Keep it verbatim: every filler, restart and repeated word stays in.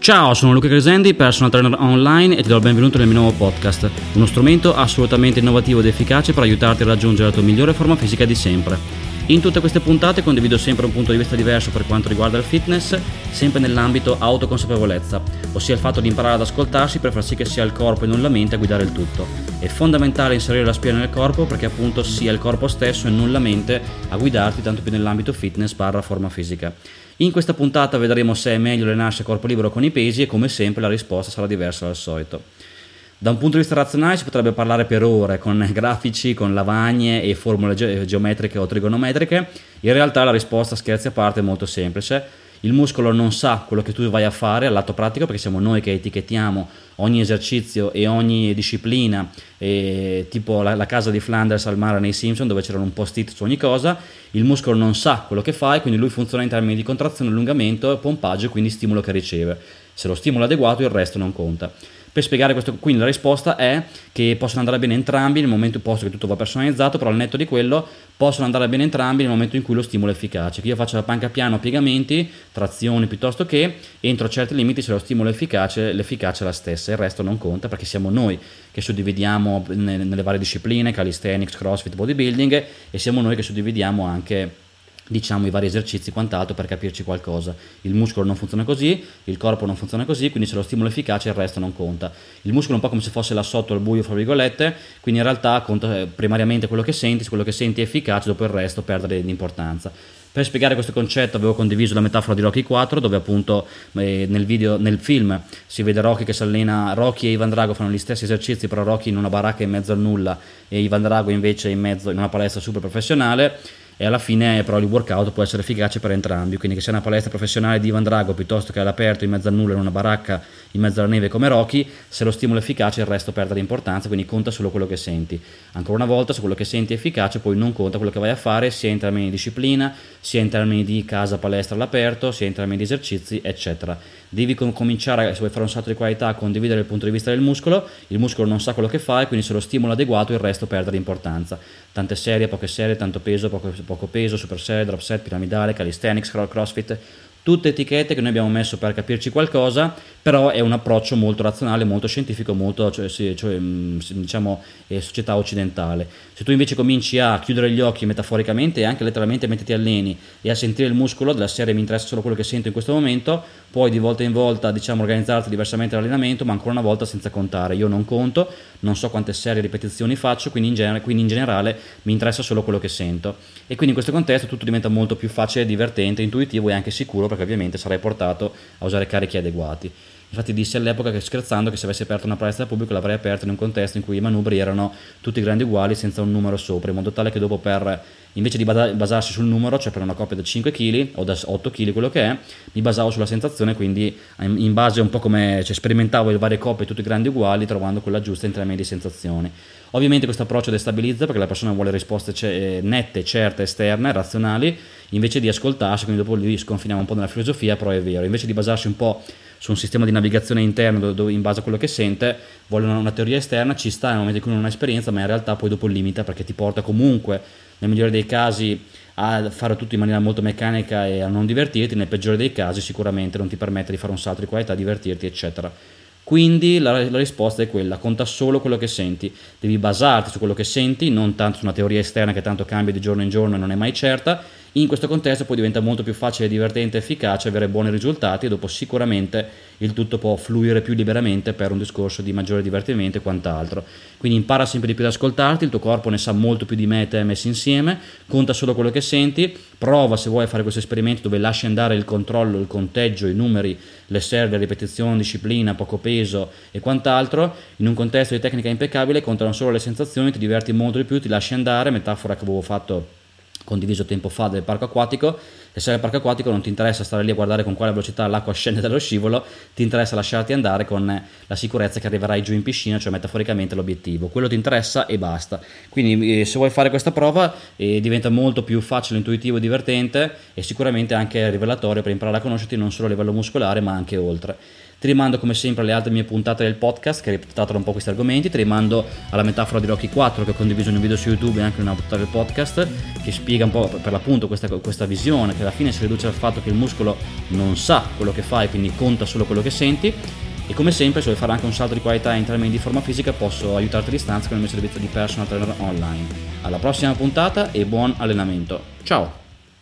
Ciao, sono Luca Cresendi, personal trainer online e ti do il benvenuto nel mio nuovo podcast, uno strumento assolutamente innovativo ed efficace per aiutarti a raggiungere la tua migliore forma fisica di sempre. In tutte queste puntate condivido sempre un punto di vista diverso per quanto riguarda il fitness, sempre nell'ambito autoconsapevolezza, ossia il fatto di imparare ad ascoltarsi per far sì che sia il corpo e non la mente a guidare il tutto. È fondamentale inserire la spina nel corpo perché appunto sia il corpo stesso e non la mente a guidarti, tanto più nell'ambito fitness barra forma fisica. In questa puntata vedremo se è meglio allenarsi a corpo libero con i pesi e come sempre la risposta sarà diversa dal solito. Da un punto di vista razionale si potrebbe parlare per ore con grafici, con lavagne e formule ge- geometriche o trigonometriche. In realtà la risposta, scherzi a parte, è molto semplice. Il muscolo non sa quello che tu vai a fare all'atto pratico, perché siamo noi che etichettiamo ogni esercizio e ogni disciplina, e tipo la, la casa di Flanders al mare nei Simpson, dove c'erano un post-it su ogni cosa. Il muscolo non sa quello che fa e quindi lui funziona in termini di contrazione, allungamento, pompaggio e quindi stimolo che riceve. Se lo stimolo è adeguato, il resto non conta. Per spiegare questo, quindi la risposta è che possono andare bene entrambi nel momento, posto che tutto va personalizzato, però al netto di quello possono andare bene entrambi nel momento in cui lo stimolo è efficace. Che io faccia la panca piano, piegamenti, trazioni, piuttosto che entro certi limiti, se lo stimolo è efficace, l'efficacia è la stessa, il resto non conta, perché siamo noi che suddividiamo nelle varie discipline, calisthenics, crossfit, bodybuilding, e siamo noi che suddividiamo anche, diciamo, i vari esercizi e quant'altro, per capirci qualcosa. Il muscolo non funziona così, il corpo non funziona così, quindi se lo stimolo è efficace il resto non conta. Il muscolo è un po' come se fosse là sotto al buio, fra virgolette, quindi in realtà conta primariamente quello che senti, se quello che senti è efficace, dopo il resto perde di importanza. Per spiegare questo concetto avevo condiviso la metafora di Rocky quattro, dove appunto eh, nel video, nel film si vede Rocky che si allena, Rocky e Ivan Drago fanno gli stessi esercizi, però Rocky in una baracca in mezzo al nulla e Ivan Drago invece in mezzo in una palestra super professionale. E alla fine però il workout può essere efficace per entrambi, quindi che sia una palestra professionale di Ivan Drago piuttosto che all'aperto in mezzo al nulla in una baracca in mezzo alla neve come Rocky, se lo stimolo è efficace il resto perde di importanza, quindi conta solo quello che senti. Ancora una volta, se quello che senti è efficace, poi non conta quello che vai a fare, sia in termini di disciplina, sia in termini di casa, palestra all'aperto, sia in termini di esercizi, eccetera. Devi com- cominciare, se vuoi fare un salto di qualità, a condividere il punto di vista del muscolo. Il muscolo non sa quello che fa e quindi se lo stimolo è adeguato il resto perde di importanza. Tante serie, poche serie, tanto peso, poco, poco peso, super serie, drop set, piramidale, calisthenics, crossfit, tutte etichette che noi abbiamo messo per capirci qualcosa, però è un approccio molto razionale, molto scientifico, molto, cioè, cioè, diciamo, eh, società occidentale. Se tu invece cominci a chiudere gli occhi metaforicamente e anche letteralmente mentre ti alleni e a sentire il muscolo della serie mi interessa solo quello che sento in questo momento, puoi di volta in volta, diciamo, organizzarti diversamente l'allenamento, ma ancora una volta senza contare. Io non conto, non so quante serie e ripetizioni faccio, quindi in, genere, quindi in generale mi interessa solo quello che sento. E quindi in questo contesto tutto diventa molto più facile, divertente, intuitivo e anche sicuro, perché ovviamente sarai portato a usare carichi adeguati. Infatti dissi all'epoca che, scherzando, che se avessi aperto una palestra pubblica l'avrei aperta in un contesto in cui i manubri erano tutti grandi uguali senza un numero sopra, in modo tale che dopo, per invece di basarsi sul numero, cioè per una coppia da cinque chili o da otto chili, quello che è, mi basavo sulla sensazione, quindi in base un po' come, cioè, sperimentavo le varie coppie tutti grandi uguali, trovando quella giusta in termini di sensazioni. Ovviamente questo approccio destabilizza perché la persona vuole risposte ce- nette, certe, esterne, razionali, invece di ascoltarsi, quindi dopo lì sconfiniamo un po' nella filosofia, però è vero, invece di basarsi un po' su un sistema di navigazione interno dove, dove in base a quello che sente vuole una, una teoria esterna, ci sta nel momento in cui non ha esperienza, ma in realtà poi dopo limita, perché ti porta comunque nel migliore dei casi a fare tutto in maniera molto meccanica e a non divertirti, nel peggiore dei casi sicuramente non ti permette di fare un salto di qualità, divertirti, eccetera. Quindi la, la risposta è quella: conta solo quello che senti, devi basarti su quello che senti, non tanto su una teoria esterna che tanto cambia di giorno in giorno e non è mai certa. In questo contesto poi diventa molto più facile, divertente, efficace, avere buoni risultati, e dopo sicuramente il tutto può fluire più liberamente per un discorso di maggiore divertimento e quant'altro. Quindi impara sempre di più ad ascoltarti, il tuo corpo ne sa molto più di me e te messi insieme, conta solo quello che senti, prova se vuoi fare questo esperimento dove lasci andare il controllo, il conteggio, i numeri, le serie, le ripetizioni, disciplina, poco peso e quant'altro, in un contesto di tecnica impeccabile contano solo le sensazioni, ti diverti molto di più, ti lasci andare, metafora che avevo fatto condiviso tempo fa del parco acquatico. E se al parco acquatico non ti interessa stare lì a guardare con quale velocità l'acqua scende dallo scivolo, ti interessa lasciarti andare con la sicurezza che arriverai giù in piscina, cioè metaforicamente l'obiettivo, quello ti interessa e basta. Quindi eh, se vuoi fare questa prova eh, diventa molto più facile, intuitivo e divertente, e sicuramente anche rivelatorio per imparare a conoscerti non solo a livello muscolare ma anche oltre. Ti rimando come sempre alle altre mie puntate del podcast che ritrattano un po' questi argomenti. Ti rimando alla metafora di Rocky quattro che ho condiviso in un video su YouTube e anche in una puntata del podcast, che spiega un po' per l'appunto questa, questa visione che alla fine si riduce al fatto che il muscolo non sa quello che fa e quindi conta solo quello che senti. E come sempre, se vuoi fare anche un salto di qualità in termini di forma fisica, posso aiutarti a distanza con il mio servizio di personal trainer online. Alla prossima puntata e buon allenamento. Ciao!